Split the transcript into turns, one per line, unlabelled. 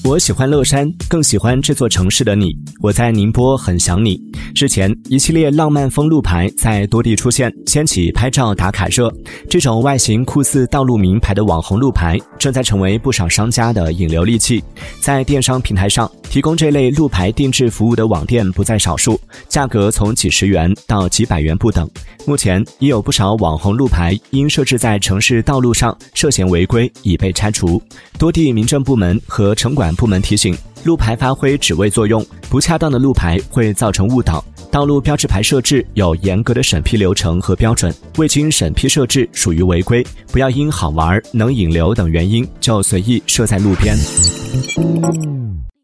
我喜欢乐山，更喜欢这座城市的你。我在宁波，很想你。之前，一系列浪漫风路牌在多地出现，掀起拍照打卡热。这种外形酷似道路名牌的网红路牌，正在成为不少商家的引流利器。在电商平台上，提供这类路牌定制服务的网店不在少数，价格从几十元到几百元不等。目前，已有不少网红路牌因设置在城市道路上涉嫌违规，已被拆除。多地民政部门和城管部门提醒，路牌发挥指位作用，不恰当的路牌会造成误导。道路标志牌设置有严格的审批流程和标准，未经审批设置属于违规，不要因好玩、能引流等原因就随意设在路边。